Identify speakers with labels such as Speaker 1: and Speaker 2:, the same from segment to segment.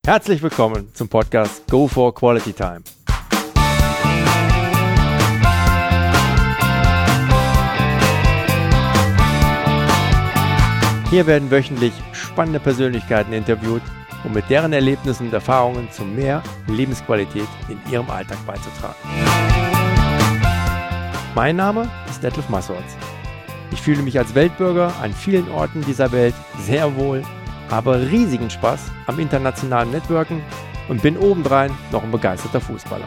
Speaker 1: Herzlich willkommen zum Podcast Go for Quality Time. Hier werden wöchentlich spannende Persönlichkeiten interviewt, um mit deren Erlebnissen und Erfahrungen zu mehr Lebensqualität in ihrem Alltag beizutragen. Mein Name ist Detlef Massorts. Ich fühle mich als Weltbürger an vielen Orten dieser Welt sehr wohl, habe riesigen Spaß am internationalen Networken und bin obendrein noch ein begeisterter Fußballer.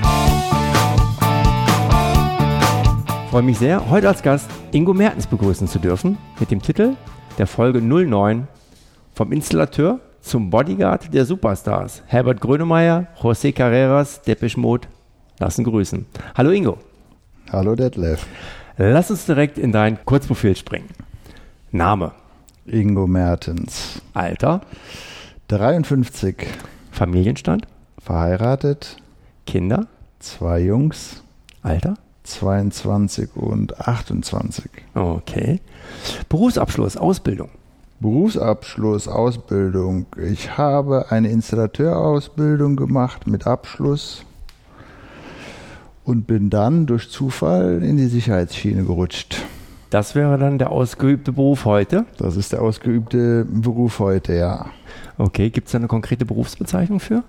Speaker 1: Ich freue mich sehr, heute als Gast Ingo Mertens begrüßen zu dürfen mit dem Titel der Folge 09 vom Installateur zum Bodyguard der Superstars. Herbert Grönemeyer, José Carreras, Depeche Mode lassen grüßen. Hallo Ingo.
Speaker 2: Hallo Detlef.
Speaker 1: Lass uns direkt in dein Kurzprofil springen. Name?
Speaker 2: Ingo Mertens.
Speaker 1: Alter?
Speaker 2: 53.
Speaker 1: Familienstand?
Speaker 2: Verheiratet.
Speaker 1: Kinder?
Speaker 2: 2 Jungs.
Speaker 1: Alter?
Speaker 2: 22 und 28.
Speaker 1: Okay. Berufsabschluss, Ausbildung?
Speaker 2: Berufsabschluss, Ausbildung. Ich habe eine Installateurausbildung gemacht mit Abschluss und bin dann durch Zufall in die Sicherheitsschiene gerutscht.
Speaker 1: Das wäre dann der ausgeübte Beruf heute?
Speaker 2: Das ist der ausgeübte Beruf heute, ja.
Speaker 1: Okay, gibt es da eine konkrete Berufsbezeichnung für?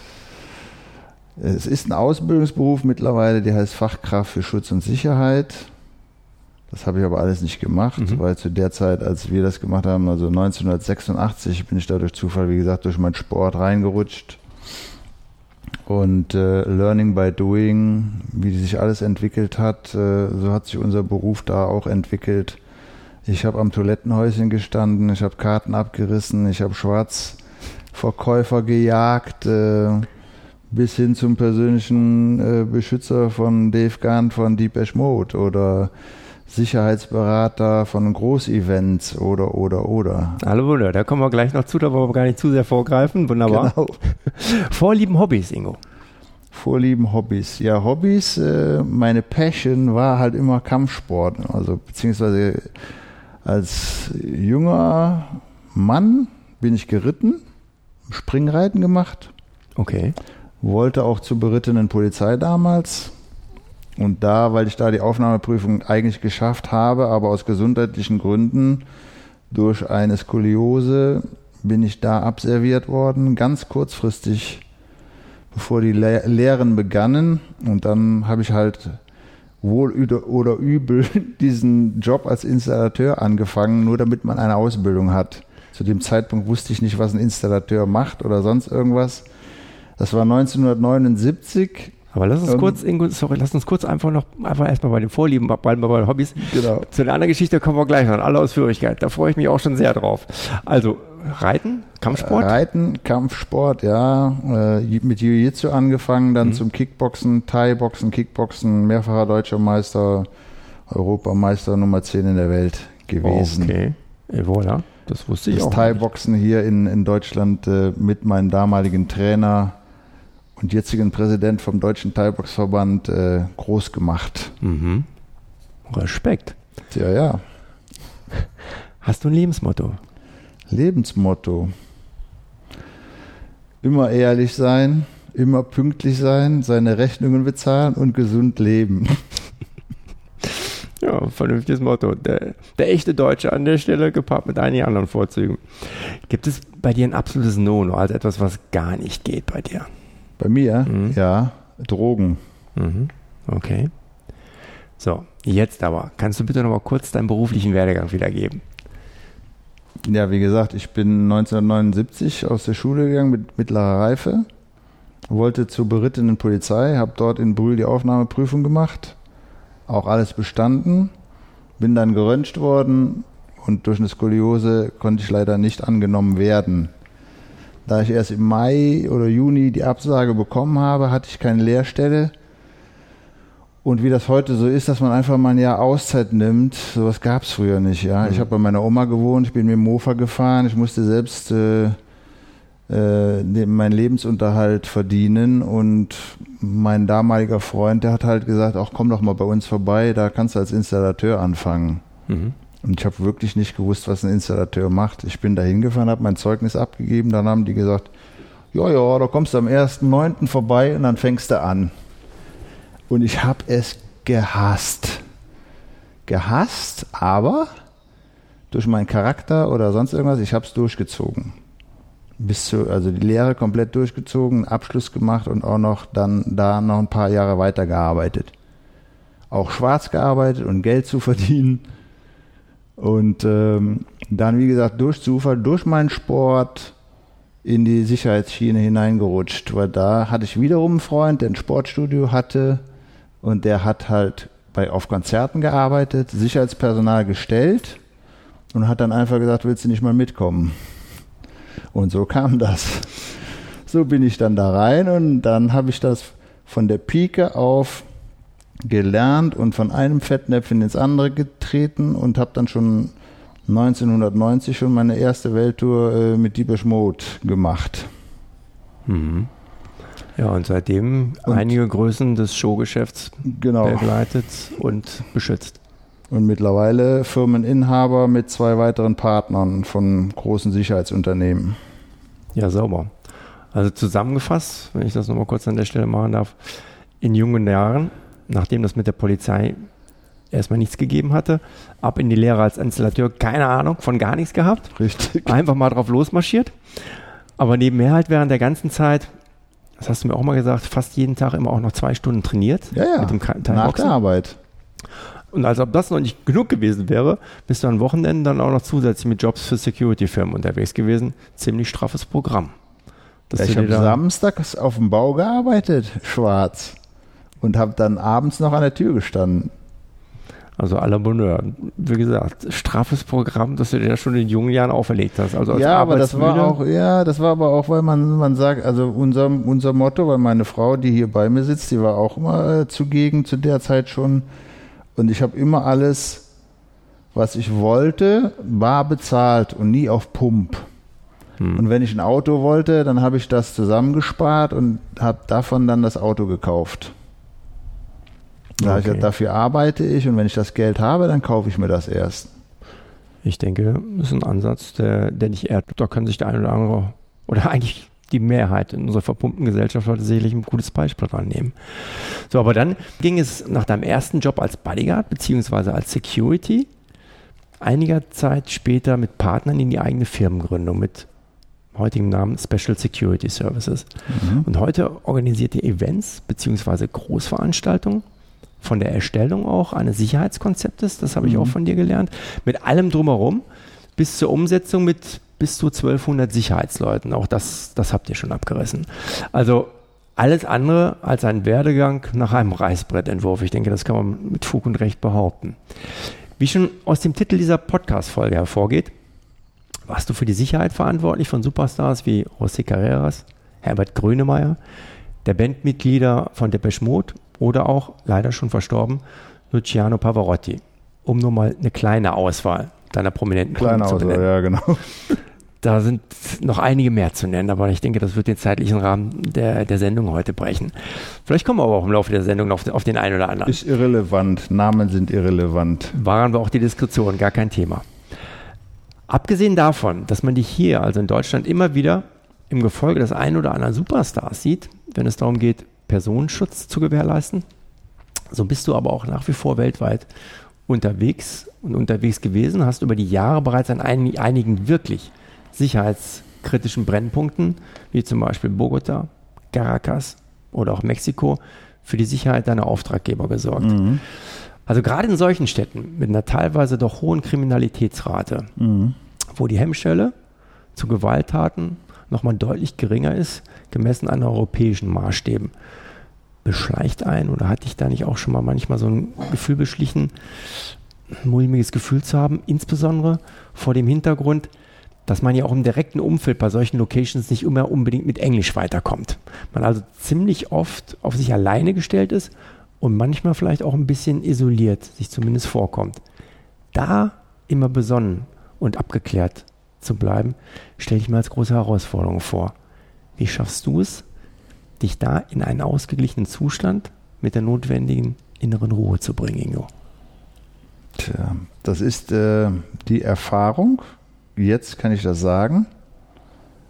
Speaker 2: Es ist ein Ausbildungsberuf mittlerweile, der heißt Fachkraft für Schutz und Sicherheit. Das habe ich aber alles nicht gemacht, weil zu der Zeit, als wir das gemacht haben, also 1986, bin ich da durch Zufall, wie gesagt, durch meinen Sport reingerutscht. Und Learning by Doing, wie sich alles entwickelt hat, so hat sich unser Beruf da auch entwickelt. Ich habe am Toilettenhäuschen gestanden, ich habe Karten abgerissen, ich habe Schwarzverkäufer gejagt, bis hin zum persönlichen Beschützer von Dave Gant von Depeche Mode oder Sicherheitsberater von Großevents oder.
Speaker 1: Hallo Wunder, da kommen wir gleich noch zu, da wollen wir gar nicht zu sehr vorgreifen. Wunderbar.
Speaker 2: Genau.
Speaker 1: Vorlieben, Hobbys, Ingo?
Speaker 2: Vorlieben, Hobbys. Ja, Hobbys, meine Passion war halt immer Kampfsport. Also beziehungsweise als junger Mann bin ich geritten, Springreiten gemacht.
Speaker 1: Okay.
Speaker 2: Wollte auch zur berittenen Polizei damals. Und da, weil ich da die Aufnahmeprüfung eigentlich geschafft habe, aber aus gesundheitlichen Gründen durch eine Skoliose bin ich da abserviert worden, ganz kurzfristig, bevor die Lehren begannen. Und dann habe ich halt wohl oder übel diesen Job als Installateur angefangen, nur damit man eine Ausbildung hat. Zu dem Zeitpunkt wusste ich nicht, was ein Installateur macht oder sonst irgendwas. Das war 1979.
Speaker 1: Aber lass uns kurz, Ingo, lass uns kurz einfach erstmal bei den Vorlieben, bei den Hobbys.
Speaker 2: Genau.
Speaker 1: Zu der anderen Geschichte kommen wir gleich noch, in aller Ausführlichkeit. Da freue ich mich auch schon sehr drauf. Also, Reiten, Kampfsport?
Speaker 2: Reiten, Kampfsport, ja. Mit Jiu-Jitsu angefangen, dann zum Kickboxen, Thai-Boxen, Kickboxen, mehrfacher deutscher Meister, Europameister Nummer 10 in der Welt gewesen.
Speaker 1: Okay, voilà. Das wusste ich auch.
Speaker 2: Das Thai-Boxen hier in Deutschland mit meinem damaligen Trainer und jetzigen Präsident vom Deutschen Thai-Box-Verband groß gemacht.
Speaker 1: Mhm. Respekt.
Speaker 2: Ja.
Speaker 1: Hast du ein Lebensmotto?
Speaker 2: Lebensmotto. Immer ehrlich sein, immer pünktlich sein, seine Rechnungen bezahlen und gesund leben.
Speaker 1: Ja, vernünftiges Motto. Der echte Deutsche an der Stelle, gepaart mit einigen anderen Vorzügen. Gibt es bei dir ein absolutes No-No, also etwas, was gar nicht geht bei dir?
Speaker 2: Bei mir? Ja, Drogen.
Speaker 1: Okay. So, jetzt aber. Kannst du bitte noch mal kurz deinen beruflichen Werdegang wiedergeben?
Speaker 2: Ja, wie gesagt, ich bin 1979 aus der Schule gegangen mit mittlerer Reife, wollte zur berittenen Polizei, habe dort in Brühl die Aufnahmeprüfung gemacht, auch alles bestanden, bin dann geröntgt worden und durch eine Skoliose konnte ich leider nicht angenommen werden. Da ich erst im Mai oder Juni die Absage bekommen habe, hatte ich keine Lehrstelle. Und wie das heute so ist, dass man einfach mal ein Jahr Auszeit nimmt, sowas gab es früher nicht. Ja? Ich habe bei meiner Oma gewohnt, ich bin mit dem Mofa gefahren, ich musste selbst meinen Lebensunterhalt verdienen. Und mein damaliger Freund, der hat halt gesagt, ach komm doch mal bei uns vorbei, da kannst du als Installateur anfangen. Und ich habe wirklich nicht gewusst, was ein Installateur macht. Ich bin da hingefahren, habe mein Zeugnis abgegeben, dann haben die gesagt, ja, da kommst du am 1.9. vorbei und dann fängst du an. Und ich habe es gehasst. Gehasst, aber durch meinen Charakter oder sonst irgendwas, ich habe es durchgezogen. Also die Lehre komplett durchgezogen, einen Abschluss gemacht und auch noch dann da noch ein paar Jahre weitergearbeitet. Auch schwarz gearbeitet und Geld zu verdienen. Und dann, wie gesagt, durch Zufall, durch meinen Sport in die Sicherheitsschiene hineingerutscht. Weil da hatte ich wiederum einen Freund, der ein Sportstudio hatte und der hat halt auf Konzerten gearbeitet, Sicherheitspersonal gestellt und hat dann einfach gesagt, willst du nicht mal mitkommen? Und so kam das. So bin ich dann da rein und dann habe ich das von der Pike auf gelernt und von einem Fettnäpfchen ins andere getreten und habe dann schon 1990 schon meine erste Welttour mit Depeche Mode gemacht.
Speaker 1: Mhm. Ja, und seitdem einige Größen des Showgeschäfts begleitet und beschützt.
Speaker 2: Und mittlerweile Firmeninhaber mit 2 weiteren Partnern von großen Sicherheitsunternehmen.
Speaker 1: Ja, sauber. Also zusammengefasst, wenn ich das nochmal kurz an der Stelle machen darf, in jungen Jahren, nachdem das mit der Polizei erstmal nichts gegeben hatte, ab in die Lehre als Installateur, keine Ahnung, von gar nichts gehabt.
Speaker 2: Richtig.
Speaker 1: Einfach mal drauf losmarschiert. Aber nebenher halt während der ganzen Zeit, das hast du mir auch mal gesagt, fast jeden Tag immer auch noch 2 Stunden trainiert.
Speaker 2: Ja,
Speaker 1: mit dem
Speaker 2: nach der Arbeit.
Speaker 1: Und als ob das noch nicht genug gewesen wäre, bist du an Wochenenden dann auch noch zusätzlich mit Jobs für Security-Firmen unterwegs gewesen. Ziemlich straffes Programm.
Speaker 2: Ja, ich habe samstags auf dem Bau gearbeitet, schwarz. Und habe dann abends noch an der Tür gestanden.
Speaker 1: Also à la Bonheur. Wie gesagt, straffes Programm, das du dir ja schon in jungen Jahren auferlegt hast. Also als
Speaker 2: aber das war aber auch, weil man sagt, also unser Motto, weil meine Frau, die hier bei mir sitzt, die war auch immer zugegen zu der Zeit schon. Und ich habe immer alles, was ich wollte, bar bezahlt und nie auf Pump. Und wenn ich ein Auto wollte, dann habe ich das zusammengespart und habe davon dann das Auto gekauft. Dafür arbeite ich und wenn ich das Geld habe, dann kaufe ich mir das erst.
Speaker 1: Ich denke, das ist ein Ansatz, der nicht ehrt. Da kann sich der eine oder andere oder eigentlich die Mehrheit in unserer verpumpten Gesellschaft heute sicherlich ein gutes Beispiel dran nehmen. So, aber dann ging es nach deinem ersten Job als Bodyguard beziehungsweise als Security einiger Zeit später mit Partnern in die eigene Firmengründung mit heutigem Namen Special Security Services. Und heute organisiert ihr Events beziehungsweise Großveranstaltungen von der Erstellung auch eines Sicherheitskonzeptes, das habe ich auch von dir gelernt, mit allem drumherum bis zur Umsetzung mit bis zu 1200 Sicherheitsleuten. Auch das habt ihr schon abgerissen. Also alles andere als ein Werdegang nach einem Reißbrettentwurf. Ich denke, das kann man mit Fug und Recht behaupten. Wie schon aus dem Titel dieser Podcast-Folge hervorgeht, warst du für die Sicherheit verantwortlich von Superstars wie José Carreras, Herbert Grönemeyer, der Bandmitglieder von Depeche Mode oder auch, leider schon verstorben, Luciano Pavarotti. Um nur mal eine kleine Auswahl deiner prominenten
Speaker 2: Kunden zu benennen. Ja, genau.
Speaker 1: Da sind noch einige mehr zu nennen, aber ich denke, das wird den zeitlichen Rahmen der Sendung heute brechen. Vielleicht kommen wir aber auch im Laufe der Sendung auf den einen oder anderen.
Speaker 2: Ist irrelevant. Namen sind irrelevant.
Speaker 1: Waren wir auch die Diskretion, gar kein Thema. Abgesehen davon, dass man dich hier, also in Deutschland, immer wieder im Gefolge des einen oder anderen Superstars sieht, wenn es darum geht, Personenschutz zu gewährleisten, so bist du aber auch nach wie vor weltweit unterwegs gewesen, hast über die Jahre bereits an einigen wirklich sicherheitskritischen Brennpunkten, wie zum Beispiel Bogota, Caracas oder auch Mexiko, für die Sicherheit deiner Auftraggeber gesorgt. Also gerade in solchen Städten mit einer teilweise doch hohen Kriminalitätsrate, wo die Hemmschwelle zu Gewalttaten nochmal deutlich geringer ist, gemessen an europäischen Maßstäben. Beschleicht ein oder hatte ich da nicht auch schon mal manchmal so ein Gefühl beschlichen, ein mulmiges Gefühl zu haben, insbesondere vor dem Hintergrund, dass man ja auch im direkten Umfeld bei solchen Locations nicht immer unbedingt mit Englisch weiterkommt. Man also ziemlich oft auf sich alleine gestellt ist und manchmal vielleicht auch ein bisschen isoliert sich zumindest vorkommt. Da immer besonnen und abgeklärt zu bleiben, stelle ich mir als große Herausforderung vor. Wie schaffst du es, dich da in einen ausgeglichenen Zustand mit der notwendigen inneren Ruhe zu bringen, Ingo?
Speaker 2: Tja, das ist die Erfahrung. Jetzt kann ich das sagen.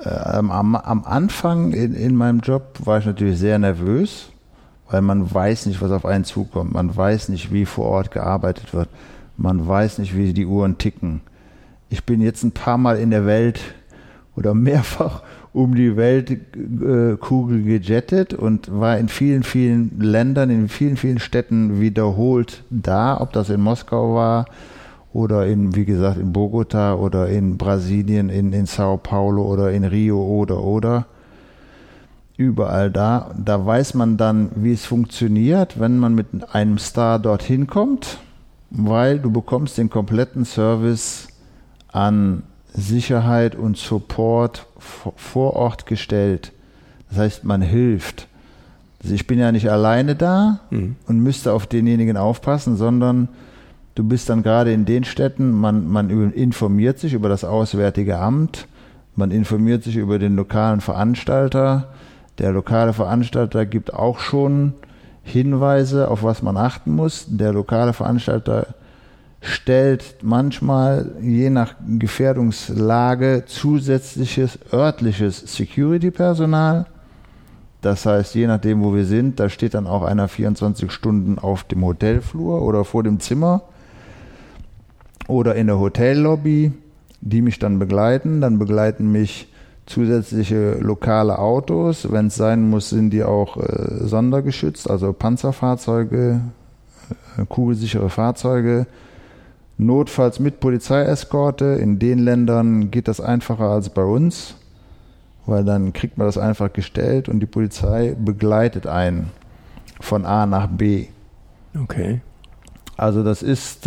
Speaker 2: Am Anfang in meinem Job war ich natürlich sehr nervös, weil man weiß nicht, was auf einen zukommt. Man weiß nicht, wie vor Ort gearbeitet wird. Man weiß nicht, wie die Uhren ticken. Ich bin jetzt ein paar Mal in der Welt oder mehrfach um die Weltkugel gejettet und war in vielen, vielen Ländern, in vielen, vielen Städten wiederholt da, ob das in Moskau war oder wie gesagt, in Bogota oder in Brasilien, in Sao Paulo oder in Rio oder. Überall da. Da weiß man dann, wie es funktioniert, wenn man mit einem Star dorthin kommt, weil du bekommst den kompletten Service an Sicherheit und Support vor Ort gestellt. Das heißt, man hilft. Also ich bin ja nicht alleine da und müsste auf denjenigen aufpassen, sondern du bist dann gerade in den Städten, man informiert sich über das Auswärtige Amt, man informiert sich über den lokalen Veranstalter. Der lokale Veranstalter gibt auch schon Hinweise, auf was man achten muss. Der lokale Veranstalter stellt manchmal, je nach Gefährdungslage, zusätzliches örtliches Security-Personal. Das heißt, je nachdem, wo wir sind, da steht dann auch einer 24 Stunden auf dem Hotelflur oder vor dem Zimmer oder in der Hotellobby, die mich dann begleiten. Dann begleiten mich zusätzliche lokale Autos. Wenn es sein muss, sind die auch sondergeschützt, also Panzerfahrzeuge, kugelsichere Fahrzeuge. Notfalls mit Polizeieskorte. In den Ländern geht das einfacher als bei uns, weil dann kriegt man das einfach gestellt und die Polizei begleitet einen von A nach B.
Speaker 1: Okay.
Speaker 2: Also das ist,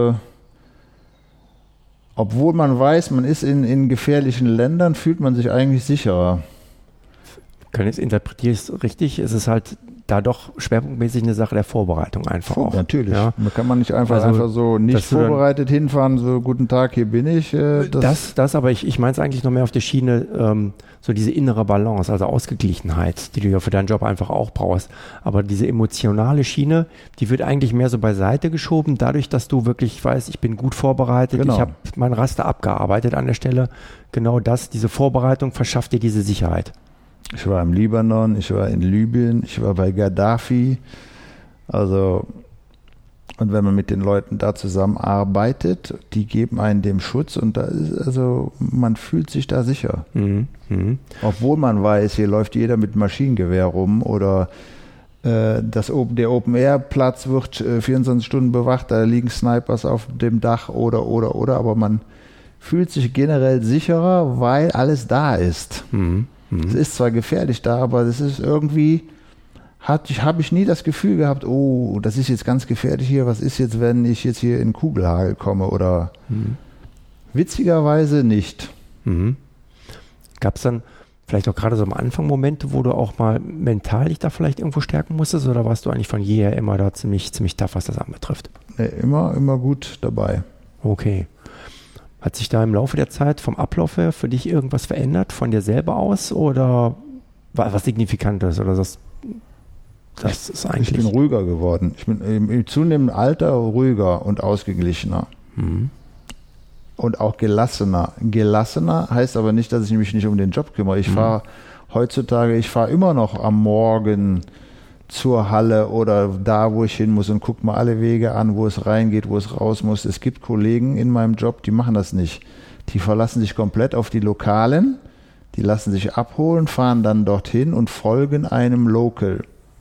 Speaker 2: obwohl man weiß, man ist in gefährlichen Ländern, fühlt man sich eigentlich sicherer.
Speaker 1: Interpretiere ich es richtig? Es ist halt da doch schwerpunktmäßig eine Sache der Vorbereitung einfach auch.
Speaker 2: Natürlich.
Speaker 1: Ja.
Speaker 2: Man kann man nicht einfach so nicht vorbereitet hinfahren, so guten Tag, hier bin ich.
Speaker 1: Das aber ich meine es eigentlich noch mehr auf der Schiene, so diese innere Balance, also Ausgeglichenheit, die du ja für deinen Job einfach auch brauchst. Aber diese emotionale Schiene, die wird eigentlich mehr so beiseite geschoben, dadurch, dass du wirklich weißt, ich bin gut vorbereitet,
Speaker 2: genau.
Speaker 1: Ich habe mein Raster abgearbeitet an der Stelle. Genau diese Vorbereitung verschafft dir diese Sicherheit.
Speaker 2: Ich war im Libanon, ich war in Libyen, ich war bei Gaddafi. Also, und wenn man mit den Leuten da zusammenarbeitet, die geben einen dem Schutz und da ist, also man fühlt sich da sicher. Obwohl man weiß, hier läuft jeder mit Maschinengewehr rum oder der Open-Air-Platz wird 24 Stunden bewacht, da liegen Snipers auf dem Dach oder, aber man fühlt sich generell sicherer, weil alles da ist. Es ist zwar gefährlich da, aber das ist irgendwie, habe ich nie das Gefühl gehabt, oh, das ist jetzt ganz gefährlich hier, was ist jetzt, wenn ich jetzt hier in Kugelhagel komme oder witzigerweise nicht.
Speaker 1: Gab es dann vielleicht auch gerade so am Anfang Momente, wo du auch mal mental dich da vielleicht irgendwo stärken musstest oder warst du eigentlich von jeher immer da ziemlich tough, was das anbetrifft?
Speaker 2: Nee, immer gut dabei.
Speaker 1: Okay. Hat sich da im Laufe der Zeit vom Ablauf her für dich irgendwas verändert, von dir selber aus oder was Signifikantes? Oder das ist eigentlich.
Speaker 2: Ich bin ruhiger geworden. Ich bin im zunehmenden Alter ruhiger und ausgeglichener. Und auch gelassener. Gelassener heißt aber nicht, dass ich mich nicht um den Job kümmere. Ich fahre immer noch am Morgen zur Halle oder da, wo ich hin muss und gucke mal alle Wege an, wo es reingeht, wo es raus muss. Es gibt Kollegen in meinem Job, die machen das nicht. Die verlassen sich komplett auf die Lokalen, die lassen sich abholen, fahren dann dorthin und folgen einem Local,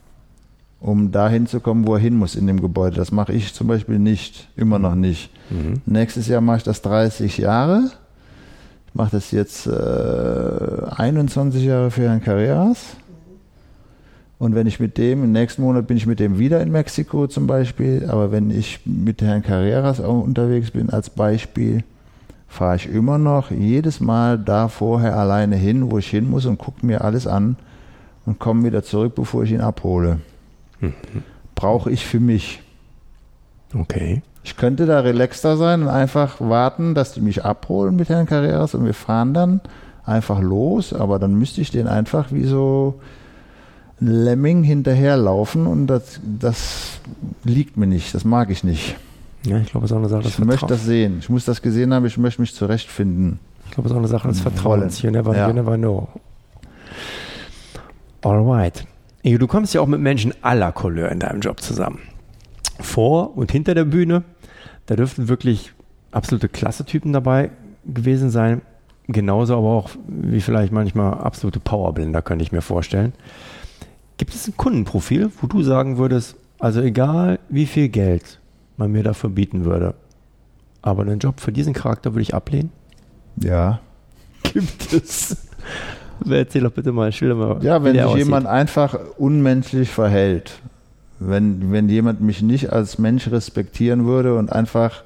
Speaker 2: um dahin zu kommen, wo er hin muss in dem Gebäude. Das mache ich zum Beispiel nicht, immer noch nicht. Nächstes Jahr mache ich das 30 Jahre. Ich mache das jetzt 21 Jahre für Herrn Carreras. Und wenn ich im nächsten Monat bin ich mit dem wieder in Mexiko zum Beispiel, aber wenn ich mit Herrn Carreras auch unterwegs bin als Beispiel, fahre ich immer noch jedes Mal da vorher alleine hin, wo ich hin muss und gucke mir alles an und komme wieder zurück, bevor ich ihn abhole. Brauche ich für mich.
Speaker 1: Okay.
Speaker 2: Ich könnte da relaxter sein und einfach warten, dass die mich abholen mit Herrn Carreras und wir fahren dann einfach los, aber dann müsste ich den einfach wie so Lemming hinterherlaufen und das liegt mir nicht, das mag ich nicht.
Speaker 1: Ja, ich glaube, es ist auch eine Sache.
Speaker 2: Ich möchte das sehen, ich muss das gesehen haben, ich möchte mich zurechtfinden.
Speaker 1: Ich glaube, es ist auch eine Sache des Vertrauens. You never know. Alright. Ingo, du kommst ja auch mit Menschen aller Couleur in deinem Job zusammen. Vor und hinter der Bühne, da dürften wirklich absolute Klasse-Typen dabei gewesen sein. Genauso aber auch wie vielleicht manchmal absolute Powerblinder, könnte ich mir vorstellen. Gibt es ein Kundenprofil, wo du sagen würdest, also egal wie viel Geld man mir dafür bieten würde, aber einen Job für diesen Charakter würde ich ablehnen?
Speaker 2: Ja.
Speaker 1: Gibt es? Erzähl doch bitte mal, schilder mal.
Speaker 2: Ja, wenn sich jemand einfach unmenschlich verhält. Wenn jemand mich nicht als Mensch respektieren würde und einfach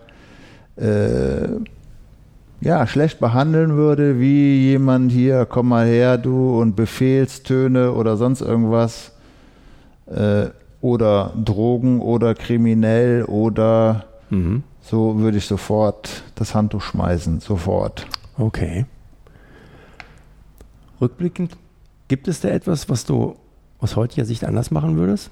Speaker 2: schlecht behandeln würde, wie jemand hier, komm mal her, du, und Befehlstöne oder sonst irgendwas, oder Drogen oder kriminell oder so, würde ich sofort das Handtuch schmeißen, sofort.
Speaker 1: Okay. Rückblickend, gibt es da etwas, was du aus heutiger Sicht anders machen würdest?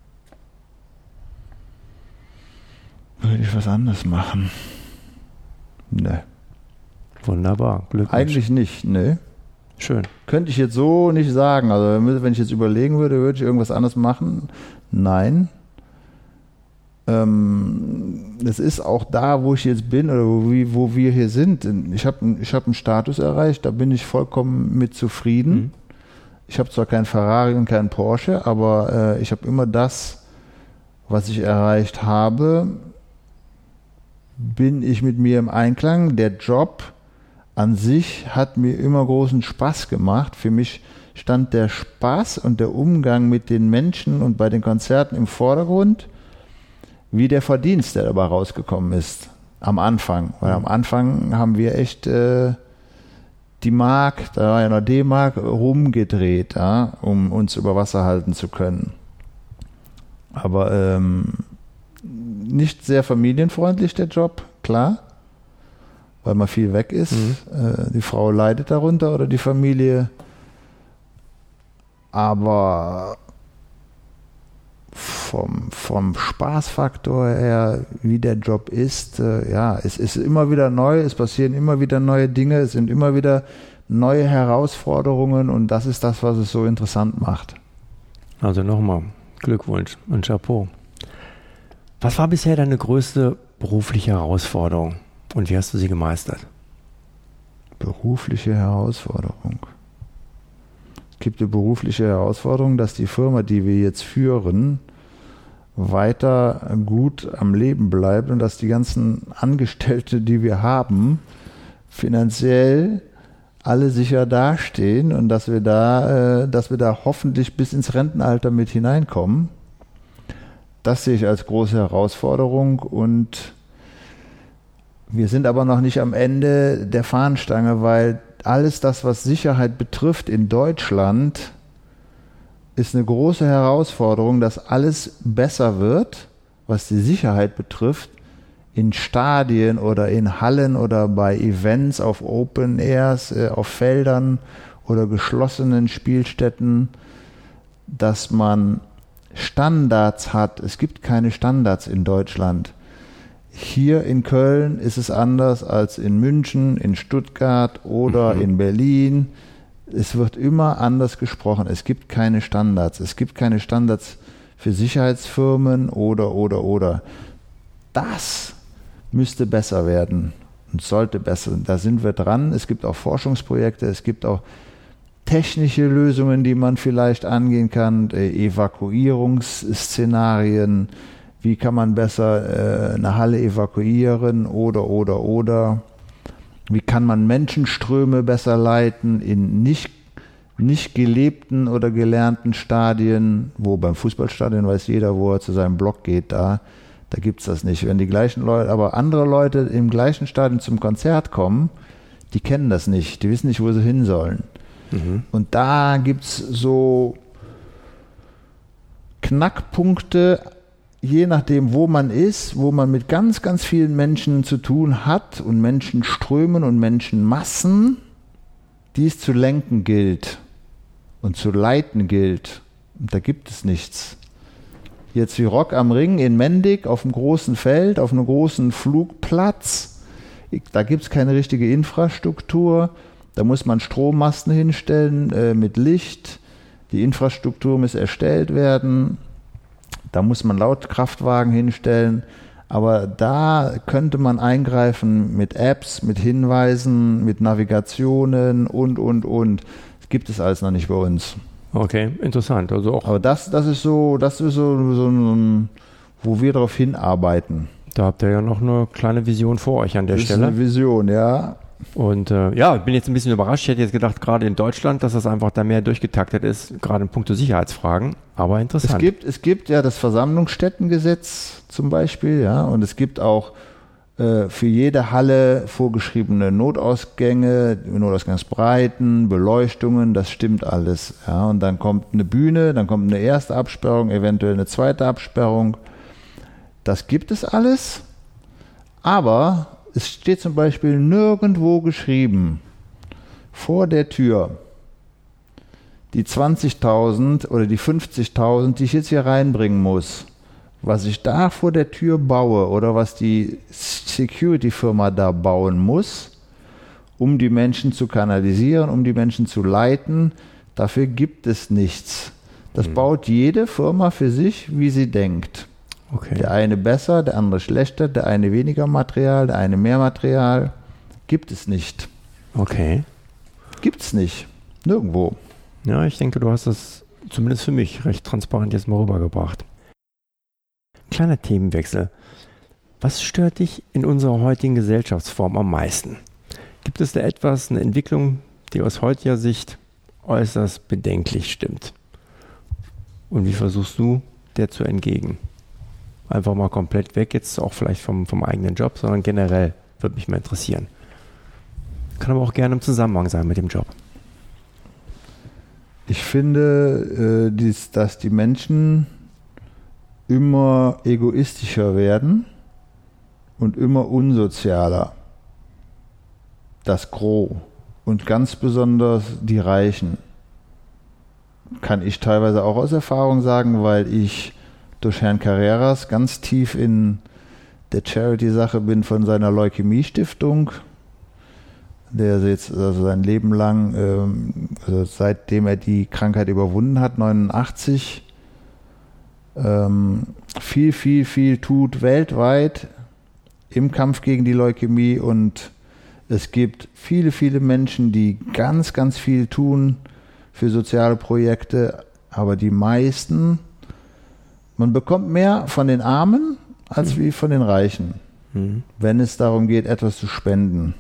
Speaker 2: Würde ich was anders machen? Ne.
Speaker 1: Wunderbar, Glückwunsch.
Speaker 2: Eigentlich nicht, ne.
Speaker 1: Schön.
Speaker 2: Könnte ich jetzt so nicht sagen. Also wenn ich jetzt überlegen würde, würde ich irgendwas anderes machen? Nein. Es ist auch da, wo ich jetzt bin oder wo wir hier sind. Ich hab einen Status erreicht, da bin ich vollkommen mit zufrieden. Ich habe zwar keinen Ferrari und keinen Porsche, aber ich habe immer das, was ich erreicht habe, bin ich mit mir im Einklang. Der Job an sich hat mir immer großen Spaß gemacht. Für mich stand der Spaß und der Umgang mit den Menschen und bei den Konzerten im Vordergrund, wie der Verdienst, der dabei rausgekommen ist am Anfang. Weil am Anfang haben wir echt die Mark, da war ja noch D-Mark, rumgedreht, ja, um uns über Wasser halten zu können. Aber nicht sehr familienfreundlich, der Job, klar, weil man viel weg ist. Die Frau leidet darunter oder die Familie. Aber vom Spaßfaktor her, wie der Job ist, es ist immer wieder neu, es passieren immer wieder neue Dinge, es sind immer wieder neue Herausforderungen und das ist das, was es so interessant macht.
Speaker 1: Also nochmal, Glückwunsch und Chapeau. Was war bisher deine größte berufliche Herausforderung und wie hast du sie gemeistert?
Speaker 2: Berufliche Herausforderung. Es gibt eine berufliche Herausforderung, dass die Firma, die wir jetzt führen, weiter gut am Leben bleibt und dass die ganzen Angestellte, die wir haben, finanziell alle sicher dastehen und dass wir da hoffentlich bis ins Rentenalter mit hineinkommen. Das sehe ich als große Herausforderung und wir sind aber noch nicht am Ende der Fahnenstange, weil alles das, was Sicherheit betrifft in Deutschland, ist eine große Herausforderung, dass alles besser wird, was die Sicherheit betrifft, in Stadien oder in Hallen oder bei Events auf Open Airs, auf Feldern oder geschlossenen Spielstätten, dass man Standards hat. Es gibt keine Standards in Deutschland. Hier in Köln ist es anders als in München, in Stuttgart oder in Berlin. Es wird immer anders gesprochen. Es gibt keine Standards. Es gibt keine Standards für Sicherheitsfirmen oder. Das müsste besser werden und sollte besser. Da sind wir dran. Es gibt auch Forschungsprojekte. Es gibt auch technische Lösungen, die man vielleicht angehen kann. Evakuierungsszenarien. Wie kann man besser eine Halle evakuieren oder. Wie kann man Menschenströme besser leiten in nicht gelebten oder gelernten Stadien, wo beim Fußballstadion weiß jeder, wo er zu seinem Block geht, da gibt es das nicht. Wenn die gleichen Leute, aber andere Leute im gleichen Stadion zum Konzert kommen, die kennen das nicht, die wissen nicht, wo sie hin sollen. Und da gibt es so Knackpunkte, je nachdem, wo man ist, wo man mit ganz, ganz vielen Menschen zu tun hat und Menschenströmen und Menschenmassen, die es zu lenken gilt und zu leiten gilt. Und da gibt es nichts. Jetzt wie Rock am Ring in Mendig auf einem großen Feld, auf einem großen Flugplatz, Da gibt es keine richtige Infrastruktur. Da muss man Strommasten hinstellen mit Licht. Die Infrastruktur muss erstellt werden. Da muss man Lautkraftwagen hinstellen. Aber da könnte man eingreifen mit Apps, mit Hinweisen, mit Navigationen und. Das gibt es alles noch nicht bei uns.
Speaker 1: Okay, interessant. Also auch.
Speaker 2: Aber das ist so ein, wo wir darauf hinarbeiten.
Speaker 1: Da habt ihr ja noch eine kleine Vision vor euch an der Stelle.
Speaker 2: Das ist eine Vision, ja.
Speaker 1: Und ich bin jetzt ein bisschen überrascht. Ich hätte jetzt gedacht, gerade in Deutschland, dass das einfach da mehr durchgetaktet ist, gerade in puncto Sicherheitsfragen. Aber interessant.
Speaker 2: Es gibt ja das Versammlungsstättengesetz zum Beispiel, ja, und es gibt auch für jede Halle vorgeschriebene Notausgänge, Notausgangsbreiten, Beleuchtungen, das stimmt alles. Ja, und dann kommt eine Bühne, dann kommt eine erste Absperrung, eventuell eine zweite Absperrung. Das gibt es alles, aber es steht zum Beispiel nirgendwo geschrieben, vor der Tür, die 20.000 oder die 50.000, die ich jetzt hier reinbringen muss, was ich da vor der Tür baue oder was die Security-Firma da bauen muss, um die Menschen zu kanalisieren, um die Menschen zu leiten, dafür gibt es nichts. Das baut jede Firma für sich, wie sie denkt.
Speaker 1: Okay.
Speaker 2: Der eine besser, der andere schlechter, der eine weniger Material, der eine mehr Material. Gibt es nicht.
Speaker 1: Okay.
Speaker 2: Gibt es nicht. Nirgendwo.
Speaker 1: Ja, ich denke, du hast das zumindest für mich recht transparent jetzt mal rübergebracht. Kleiner Themenwechsel. Was stört dich in unserer heutigen Gesellschaftsform am meisten? Gibt es da etwas, eine Entwicklung, die aus heutiger Sicht äußerst bedenklich stimmt? Und wie versuchst du, der zu entgegen? Einfach mal komplett weg, jetzt auch vielleicht vom eigenen Job, sondern generell, würde mich mal interessieren. Kann aber auch gerne im Zusammenhang sein mit dem Job.
Speaker 2: Ich finde, dass die Menschen immer egoistischer werden und immer unsozialer. Das Gros. Und ganz besonders die Reichen. Kann ich teilweise auch aus Erfahrung sagen, weil ich durch Herrn Carreras ganz tief in der Charity-Sache bin von seiner Leukämie-Stiftung, der jetzt also sein Leben lang, also seitdem er die Krankheit überwunden hat, 89, viel tut weltweit im Kampf gegen die Leukämie, und es gibt viele Menschen, die ganz viel tun für soziale Projekte, aber die meisten, man bekommt mehr von den Armen als wie von den Reichen, wenn es darum geht, etwas zu spenden.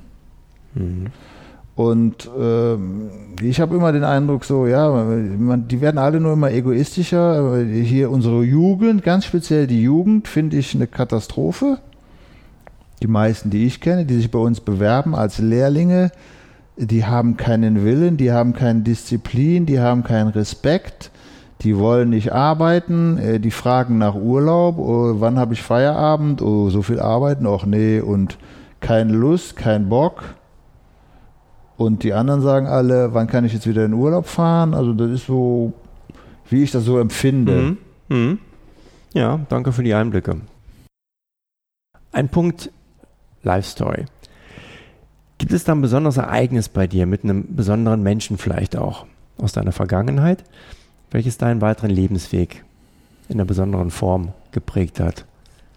Speaker 2: Und ich habe immer den Eindruck so, die werden alle nur immer egoistischer. Hier unsere Jugend, ganz speziell die Jugend, finde ich eine Katastrophe. Die meisten, die ich kenne, die sich bei uns bewerben als Lehrlinge, die haben keinen Willen, die haben keine Disziplin, die haben keinen Respekt. Die wollen nicht arbeiten, die fragen nach Urlaub, oh, wann habe ich Feierabend, oh, so viel arbeiten, och nee, und keine Lust, kein Bock. Und die anderen sagen alle, wann kann ich jetzt wieder in Urlaub fahren? Also das ist so, wie ich das so empfinde.
Speaker 1: Ja, danke für die Einblicke. Ein Punkt, Life Story. Gibt es da ein besonderes Ereignis bei dir mit einem besonderen Menschen vielleicht auch aus deiner Vergangenheit, welches deinen weiteren Lebensweg in einer besonderen Form geprägt hat?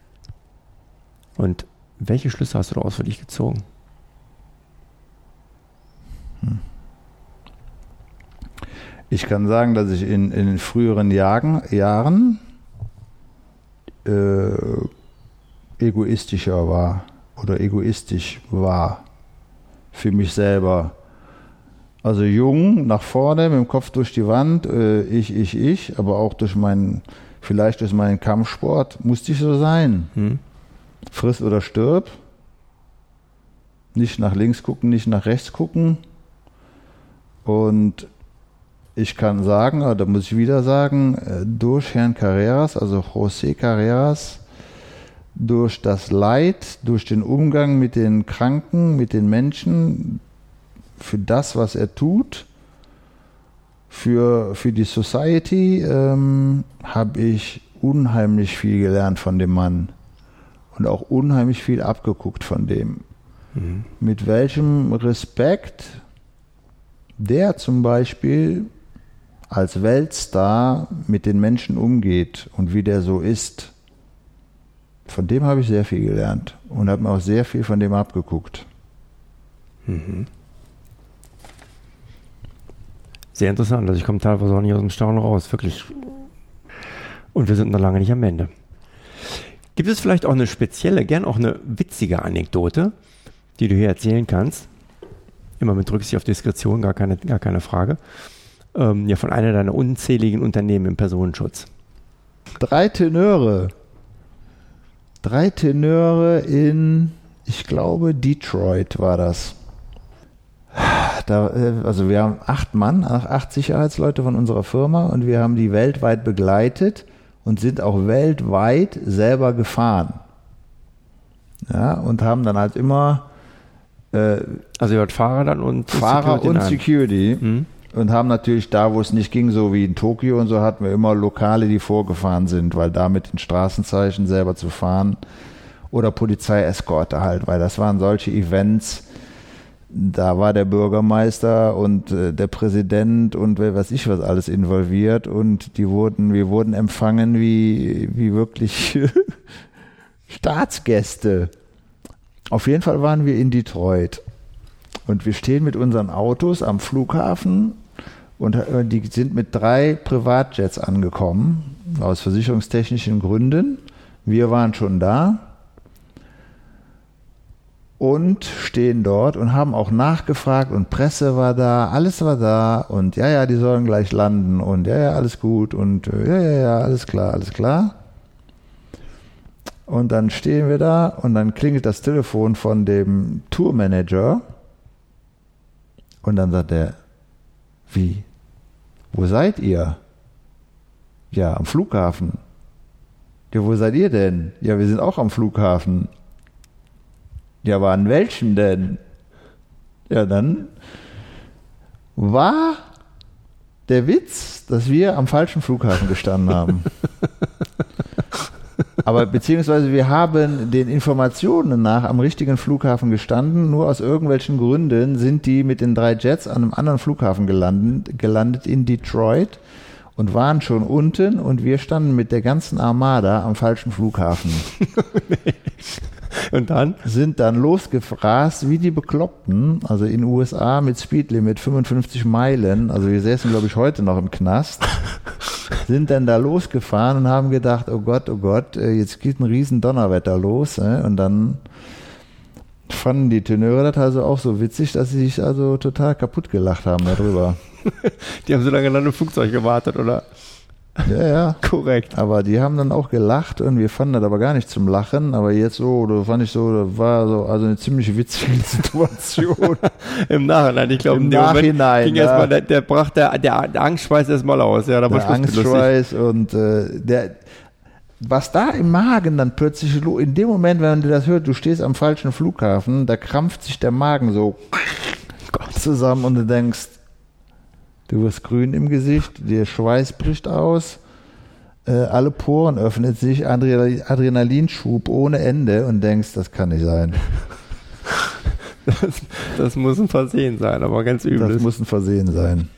Speaker 1: Und welche Schlüsse hast du daraus für dich gezogen?
Speaker 2: Ich kann sagen, dass ich in den früheren Jahren egoistischer war oder egoistisch war für mich selber. Also jung, nach vorne, mit dem Kopf durch die Wand, ich, aber auch vielleicht durch meinen Kampfsport musste ich so sein. Friss oder stirb. Nicht nach links gucken, nicht nach rechts gucken. Und ich kann sagen, da muss ich wieder sagen, durch Herrn Carreras, also José Carreras, durch das Leid, durch den Umgang mit den Kranken, mit den Menschen, für das, was er tut, für die Society, habe ich unheimlich viel gelernt von dem Mann und auch unheimlich viel abgeguckt von dem. mit welchem Respekt der zum Beispiel als Weltstar mit den Menschen umgeht und wie der so ist. Von dem habe ich sehr viel gelernt und habe mir auch sehr viel von dem abgeguckt.
Speaker 1: Sehr interessant. Also ich komme teilweise auch nicht aus dem Staunen raus. Wirklich. Und wir sind noch lange nicht am Ende. Gibt es vielleicht auch eine spezielle, gern auch eine witzige Anekdote, die du hier erzählen kannst? Immer mit Rücksicht auf Diskretion, gar keine Frage. Ja, von einer deiner unzähligen Unternehmen im Personenschutz.
Speaker 2: 3 Tenöre in, ich glaube, Detroit war das. Also wir haben 8 Mann, 8 Sicherheitsleute von unserer Firma und wir haben die weltweit begleitet und sind auch weltweit selber gefahren. Ja, und haben dann halt immer
Speaker 1: also ihr habt Fahrer dann und
Speaker 2: Fahrer und Security. Und haben natürlich da, wo es nicht ging, so wie in Tokio und so, hatten wir immer Lokale, die vorgefahren sind, weil da mit den Straßenzeichen selber zu fahren oder Polizeieskorte halt, weil das waren solche Events, da war der Bürgermeister und der Präsident und wer weiß ich was alles involviert und wir wurden empfangen wie wirklich Staatsgäste. Auf jeden Fall waren wir in Detroit und wir stehen mit unseren Autos am Flughafen und die sind mit 3 Privatjets angekommen, aus versicherungstechnischen Gründen. Wir waren schon da und stehen dort und haben auch nachgefragt und Presse war da, alles war da und ja, die sollen gleich landen und ja, alles gut und ja, alles klar. Und dann stehen wir da und dann klingelt das Telefon von dem Tourmanager und dann sagt er, wie? Wo seid ihr? Ja, am Flughafen. Ja, wo seid ihr denn? Ja, wir sind auch am Flughafen. Ja, aber an welchem denn? Ja, dann war der Witz, dass wir am falschen Flughafen gestanden haben. Aber beziehungsweise wir haben den Informationen nach am richtigen Flughafen gestanden, nur aus irgendwelchen Gründen sind die mit den 3 Jets an einem anderen Flughafen gelandet in Detroit und waren schon unten und wir standen mit der ganzen Armada am falschen Flughafen.
Speaker 1: Und dann?
Speaker 2: Sind dann losgefrast wie die Bekloppten, also in den USA mit Speedlimit 55 Meilen, also wir säßen glaube ich heute noch im Knast, sind dann da losgefahren und haben gedacht, oh Gott, jetzt geht ein riesen Donnerwetter los und dann fanden die Tenöre das also auch so witzig, dass sie sich also total kaputt gelacht haben darüber.
Speaker 1: Die haben so lange dann im Flugzeug gewartet, oder?
Speaker 2: Ja.
Speaker 1: Korrekt.
Speaker 2: Aber die haben dann auch gelacht und wir fanden das aber gar nicht zum Lachen. Aber jetzt so, das war so also eine ziemlich witzige Situation.
Speaker 1: Im Nachhinein, ich glaube,
Speaker 2: im Nachhinein
Speaker 1: ging erstmal, der Angstschweiß erstmal aus. Ja, da war
Speaker 2: der Angstschweiß und was da im Magen dann plötzlich, in dem Moment, wenn du das hört, du stehst am falschen Flughafen, da krampft sich der Magen so zusammen und du denkst, du wirst grün im Gesicht, der Schweiß bricht aus, alle Poren öffnen sich, Adrenalinschub ohne Ende und denkst, das kann nicht sein.
Speaker 1: Das muss ein Versehen sein, aber ganz übel.
Speaker 2: Das muss ein Versehen sein.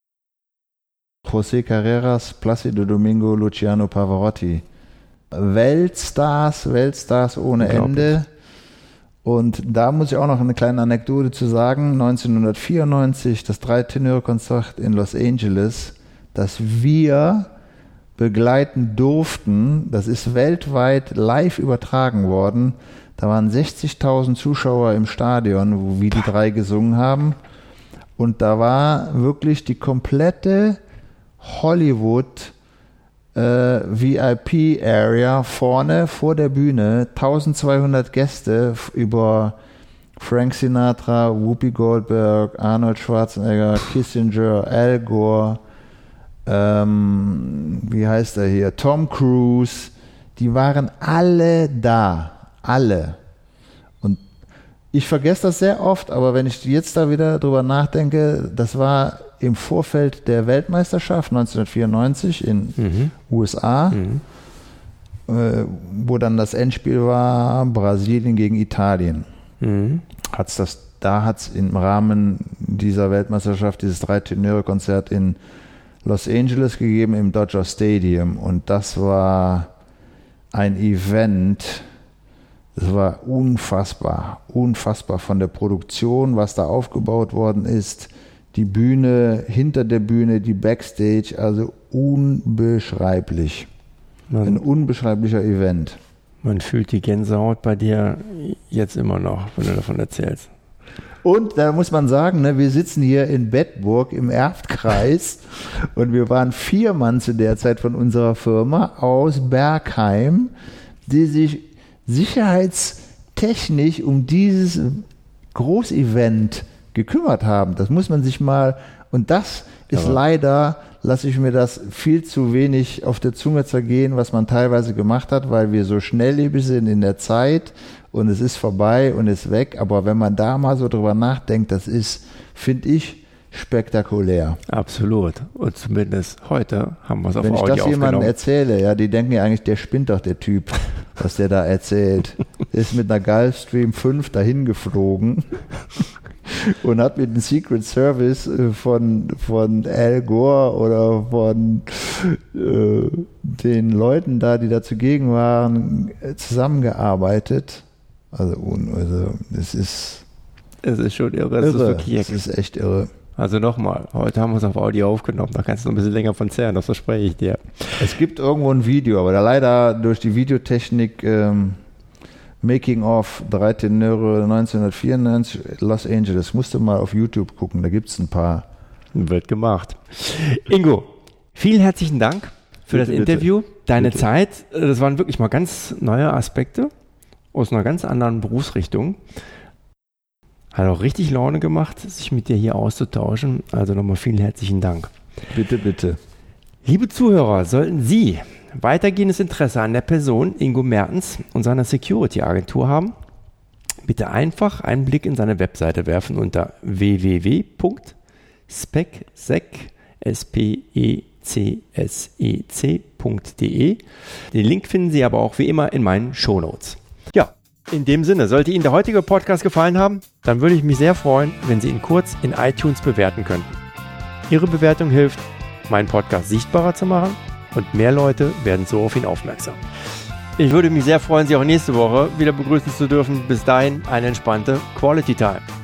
Speaker 2: José Carreras, Plácido Domingo, Luciano Pavarotti. Weltstars ohne Ende. Und da muss ich auch noch eine kleine Anekdote zu sagen. 1994, das 3-Tenöre-Konzert in Los Angeles, das wir begleiten durften, das ist weltweit live übertragen worden. Da waren 60.000 Zuschauer im Stadion, wo wir die 3 gesungen haben. Und da war wirklich die komplette Hollywood VIP-Area vorne vor der Bühne, 1200 Gäste über Frank Sinatra, Whoopi Goldberg, Arnold Schwarzenegger, Kissinger, Al Gore, wie heißt er hier, Tom Cruise, die waren alle da, alle. Und ich vergesse das sehr oft, aber wenn ich jetzt da wieder drüber nachdenke, das war im Vorfeld der Weltmeisterschaft 1994 in USA, wo dann das Endspiel war Brasilien gegen Italien. Da hat es im Rahmen dieser Weltmeisterschaft dieses 3-Tenöre-Konzert in Los Angeles gegeben, im Dodger Stadium. Und das war ein Event, das war unfassbar von der Produktion, was da aufgebaut worden ist. Die Bühne, hinter der Bühne, die Backstage, also unbeschreiblich. Ein unbeschreiblicher Event.
Speaker 1: Man fühlt die Gänsehaut bei dir jetzt immer noch, wenn du davon erzählst.
Speaker 2: Und da muss man sagen, ne, wir sitzen hier in Bedburg im Erftkreis und wir waren 4 Mann zu der Zeit von unserer Firma aus Bergheim, die sich sicherheitstechnisch um dieses Großevent gekümmert haben. Das muss man sich mal, und das ist leider, lasse ich mir das viel zu wenig auf der Zunge zergehen, was man teilweise gemacht hat, weil wir so schnelllebig sind in der Zeit und es ist vorbei und ist weg. Aber wenn man da mal so drüber nachdenkt, das ist, finde ich, spektakulär.
Speaker 1: Absolut. Und zumindest heute haben wir es auf Audio aufgenommen.
Speaker 2: Wenn ich das jemandem erzähle, ja, die denken ja eigentlich, der spinnt doch, der Typ, was der da erzählt. Der ist mit einer Gulfstream 5 dahin geflogen und hat mit dem Secret Service von Al Gore oder von den Leuten da, die da zugegen waren, zusammengearbeitet. Also es ist
Speaker 1: schon irre. Es
Speaker 2: ist echt irre.
Speaker 1: Also nochmal, heute haben wir es auf Audio aufgenommen, da kannst du noch ein bisschen länger von zehren, das verspreche ich dir.
Speaker 2: Es gibt irgendwo ein Video, aber da leider durch die Videotechnik Making of 3 Tenöre 1994 Los Angeles, musst du mal auf YouTube gucken, da gibt es ein paar.
Speaker 1: Wird gemacht. Ingo, vielen herzlichen Dank für das Interview, deine Zeit. Das waren wirklich mal ganz neue Aspekte aus einer ganz anderen Berufsrichtung. Hat auch richtig Laune gemacht, sich mit dir hier auszutauschen. Also nochmal vielen herzlichen Dank.
Speaker 2: Bitte, bitte.
Speaker 1: Liebe Zuhörer, sollten Sie weitergehendes Interesse an der Person Ingo Mertens und seiner Security-Agentur haben, bitte einfach einen Blick in seine Webseite werfen unter www.specsec.de. Den Link finden Sie aber auch wie immer in meinen Shownotes. Ja, in dem Sinne, sollte Ihnen der heutige Podcast gefallen haben, dann würde ich mich sehr freuen, wenn Sie ihn kurz in iTunes bewerten könnten. Ihre Bewertung hilft, meinen Podcast sichtbarer zu machen und mehr Leute werden so auf ihn aufmerksam. Ich würde mich sehr freuen, Sie auch nächste Woche wieder begrüßen zu dürfen. Bis dahin eine entspannte Quality Time.